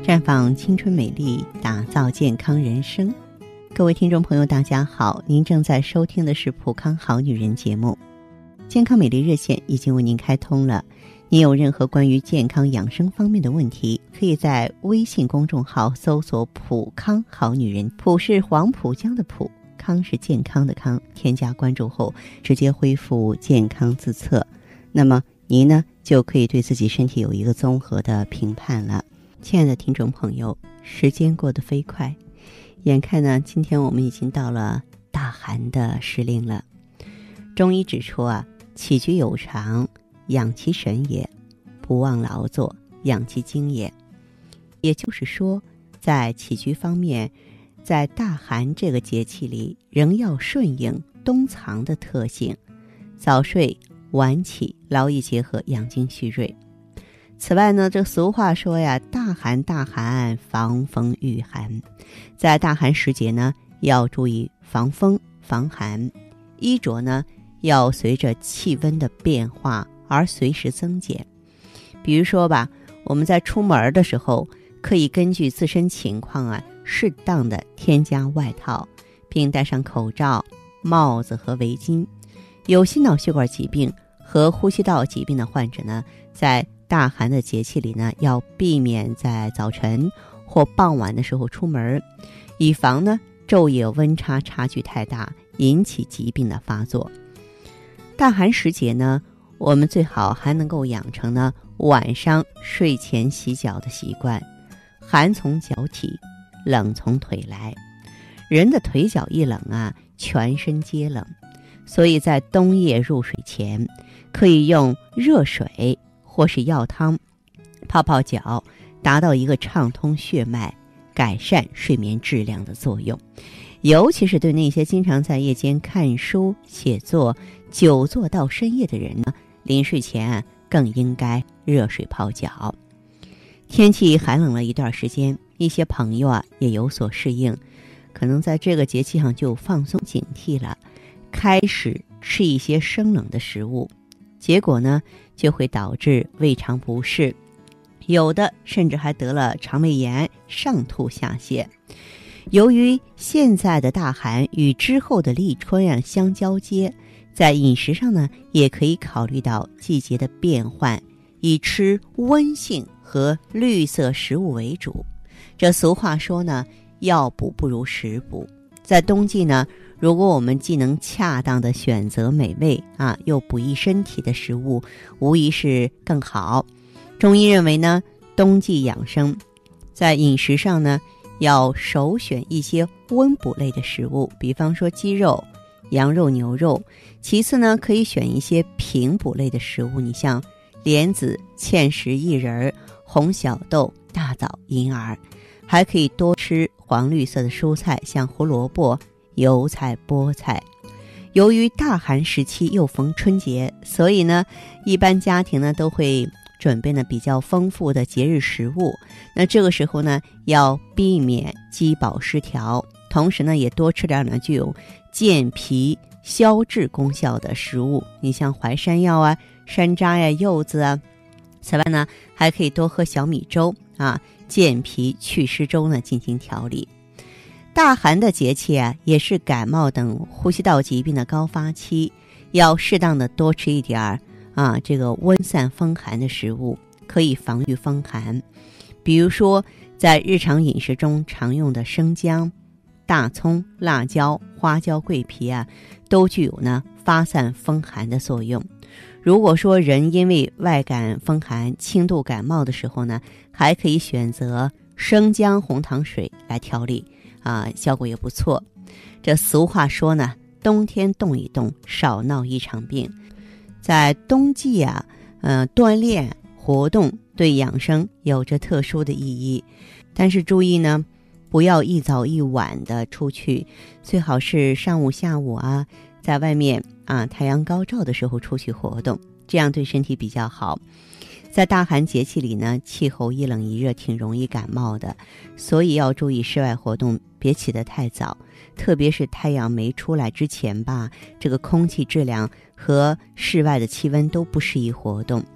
绽放青春美丽，打造健康人生。各位听众朋友大家好，您正在收听的是普康好女人节目。健康美丽热线已经为您开通了，您有任何关于健康养生方面的问题，可以在微信公众号搜索普康好女人，普是黄浦江的浦，康是健康的康，添加关注后直接恢复健康自测，那么您呢就可以对自己身体有一个综合的评判了。亲爱的听众朋友，时间过得飞快，眼看呢今天我们已经到了大寒的时令了。中医指出啊，起居有常，养其神也，不忘劳作，养其精也。也就是说，在起居方面，在大寒这个节气里，仍要顺应冬藏的特性，早睡晚起，劳逸结合，养精蓄锐。此外呢，这俗话说呀，大寒大寒，防风御寒。在大寒时节呢，要注意防风防寒，衣着呢要随着气温的变化而随时增减。比如说吧，我们在出门的时候，可以根据自身情况啊，适当的添加外套，并戴上口罩、帽子和围巾。有心脑血管疾病和呼吸道疾病的患者呢，在大寒的节气里呢，要避免在早晨或傍晚的时候出门，以防呢昼夜温差差距太大，引起疾病的发作。大寒时节呢，我们最好还能够养成呢晚上睡前洗脚的习惯。寒从脚起，冷从腿来。人的腿脚一冷啊，全身皆冷。所以在冬夜入睡前，可以用热水或是药汤泡泡脚，达到一个畅通血脉、改善睡眠质量的作用。尤其是对那些经常在夜间看书、写作、久坐到深夜的人呢，临睡前更应该热水泡脚。天气寒冷了一段时间，一些朋友也有所适应，可能在这个节气上就放松警惕了，开始吃一些生冷的食物，结果呢就会导致胃肠不适，有的甚至还得了肠胃炎，上吐下泻。由于现在的大寒与之后的立春相交接，在饮食上呢也可以考虑到季节的变换，以吃温性和绿色食物为主。这俗话说呢，药补不如食补。在冬季呢，如果我们既能恰当的选择美味又补益身体的食物，无疑是更好。中医认为呢，冬季养生，在饮食上呢，要首选一些温补类的食物，比方说鸡肉、羊肉、牛肉。其次呢，可以选一些平补类的食物，你像莲子、芡实、薏仁、红小豆、大枣、银耳。还可以多吃黄绿色的蔬菜，像胡萝卜、油菜、菠菜。由于大寒时期又逢春节，所以呢，一般家庭呢都会准备呢比较丰富的节日食物。那这个时候呢，要避免饥饱失调，同时呢，也多吃点呢具有健脾消滞功效的食物，你像淮山药山楂柚子。此外呢，还可以多喝小米粥健脾祛湿粥呢进行调理。大寒的节气也是感冒等呼吸道疾病的高发期，要适当的多吃一点这个温散风寒的食物，可以防御风寒。比如说在日常饮食中常用的生姜、大葱、辣椒、花椒、桂皮都具有呢发散风寒的作用。如果说人因为外感风寒、轻度感冒的时候呢，还可以选择生姜红糖水来调理效果也不错。这俗话说呢，冬天动一动，少闹一场病。在冬季锻炼活动对养生有着特殊的意义，但是注意呢，不要一早一晚的出去，最好是上午下午在外面太阳高照的时候出去活动，这样对身体比较好。在大寒节气里呢，气候一冷一热，挺容易感冒的，所以要注意室外活动别起得太早，特别是太阳没出来之前吧，这个空气质量和室外的气温都不适宜活动。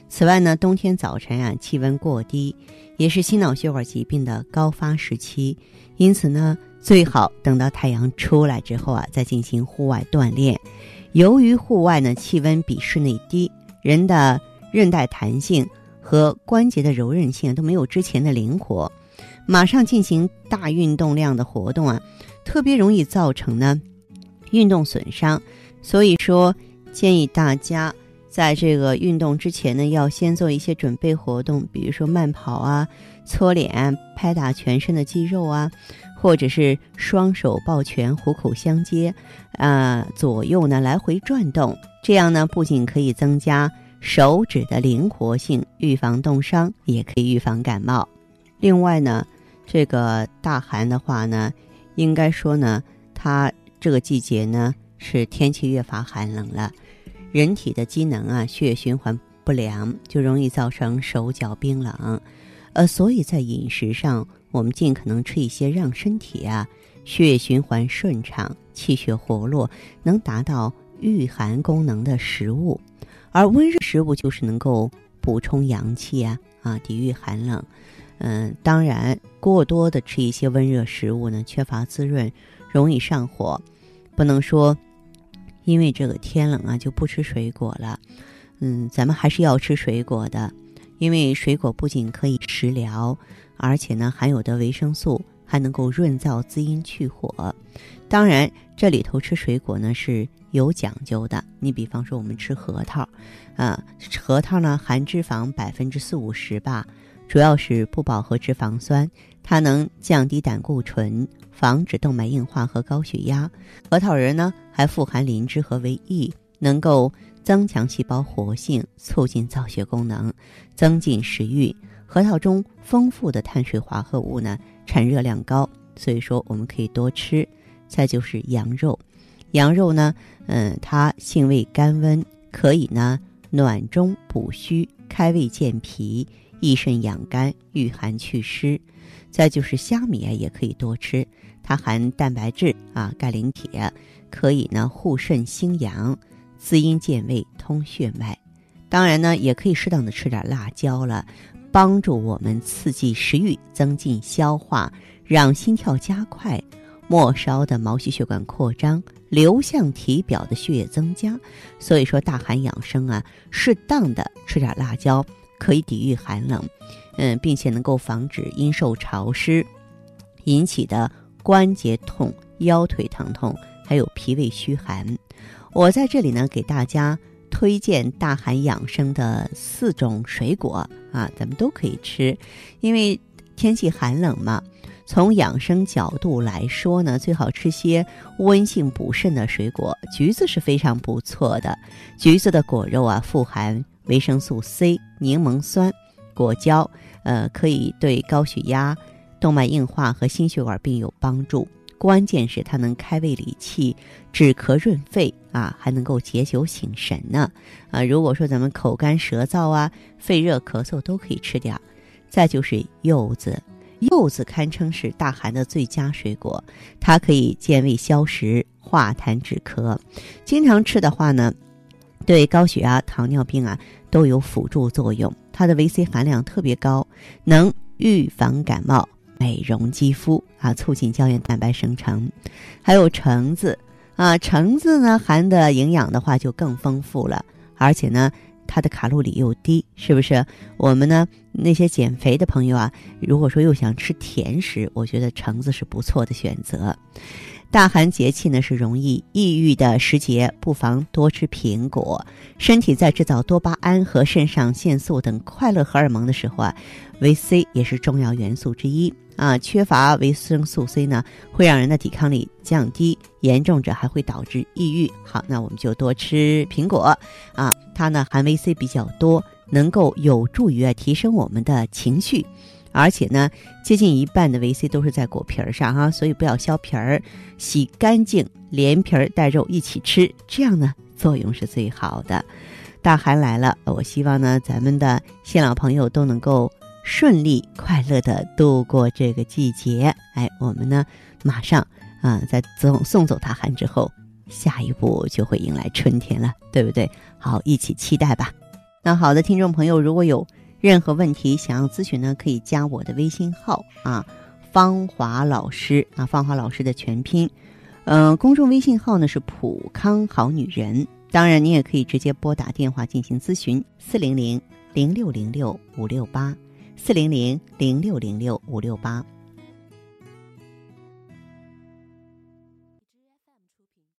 此外呢，冬天早晨啊，气温过低，也是心脑血管疾病的高发时期，因此呢，最好等到太阳出来之后啊，再进行户外锻炼。由于户外呢气温比室内低，人的韧带弹性和关节的柔韧性都没有之前的灵活，马上进行大运动量的活动啊，特别容易造成呢运动损伤。所以说建议大家在这个运动之前呢，要先做一些准备活动，比如说慢跑啊、搓脸、拍打全身的肌肉啊，或者是双手抱拳、虎口相接，左右呢来回转动。这样呢，不仅可以增加手指的灵活性，预防冻伤，也可以预防感冒。另外呢，这个大寒的话呢，应该说呢，它这个季节呢是天气越发寒冷了。人体的机能啊，血液循环不良，就容易造成手脚冰冷。所以在饮食上，我们尽可能吃一些让身体啊血液循环顺畅、气血活络，能达到御寒功能的食物。而温热食物就是能够补充阳气啊，抵御寒冷。当然，过多的吃一些温热食物呢，缺乏滋润，容易上火。不能说因为这个天冷啊就不吃水果了。咱们还是要吃水果的，因为水果不仅可以食疗，而且呢含有的维生素还能够润燥滋阴去火。当然这里头吃水果呢是有讲究的，你比方说我们吃核桃核桃呢含脂肪40-50%吧，主要是不饱和脂肪酸，它能降低胆固醇，防止动脉硬化和高血压。核桃仁呢还富含磷脂和维 E， 能够增强细胞活性，促进造血功能，增进食欲。核桃中丰富的碳水化合物呢产热量高，所以说我们可以多吃。再就是羊肉，羊肉呢它性味甘温，可以呢暖中补虚，开胃健脾，益肾养肝，御寒祛湿。再就是虾米也可以多吃，它含蛋白质钙磷铁，可以呢护肾兴阳，滋阴健胃，通血脉。当然呢也可以适当的吃点辣椒了，帮助我们刺激食欲，增进消化，让心跳加快，末梢的毛细血管扩张，流向体表的血液增加。所以说大寒养生啊，适当的吃点辣椒可以抵御寒冷，并且能够防止因受潮湿引起的关节痛、腰腿疼痛，还有脾胃虚寒。我在这里呢给大家推荐大寒养生的4种水果咱们都可以吃。因为天气寒冷嘛，从养生角度来说呢，最好吃些温性补肾的水果。橘子是非常不错的，橘子的果肉富含维生素 C、柠檬酸、果胶，可以对高血压、动脉硬化和心血管病有帮助。关键是它能开胃理气、止咳润肺还能够解酒醒神呢。如果说咱们口干舌燥肺热咳嗽都可以吃点。再就是柚子，柚子堪称是大寒的最佳水果，它可以健胃消食、化痰止咳。经常吃的话呢，对高血压、糖尿病都有辅助作用。它的维 C 含量特别高，能预防感冒、美容肌肤促进胶原蛋白生成。还有橙子橙子呢含的营养的话就更丰富了，而且呢它的卡路里又低，是不是？我们呢那些减肥的朋友如果说又想吃甜食，我觉得橙子是不错的选择。大寒节气呢是容易抑郁的时节，不妨多吃苹果。身体在制造多巴胺和肾上腺素等快乐荷尔蒙的时候维 C 也是重要元素之一缺乏维生素 C 呢，会让人的抵抗力降低，严重者还会导致抑郁。好，那我们就多吃苹果它呢含维 C 比较多，能够有助于提升我们的情绪。而且呢接近一半的维 C 都是在果皮上所以不要削皮儿，洗干净连皮儿带肉一起吃，这样呢作用是最好的。大寒来了，我希望呢咱们的新老朋友都能够顺利快乐的度过这个季节。我们呢马上在送走大寒之后，下一步就会迎来春天了，对不对？好，一起期待吧。 那好的，听众朋友，如果有任何问题想要咨询呢，可以加我的微信号芳华老师芳华老师的全拼，公众微信号呢是普康好女人。当然，你也可以直接电话进行咨询，400-0606-568，400-0606-568。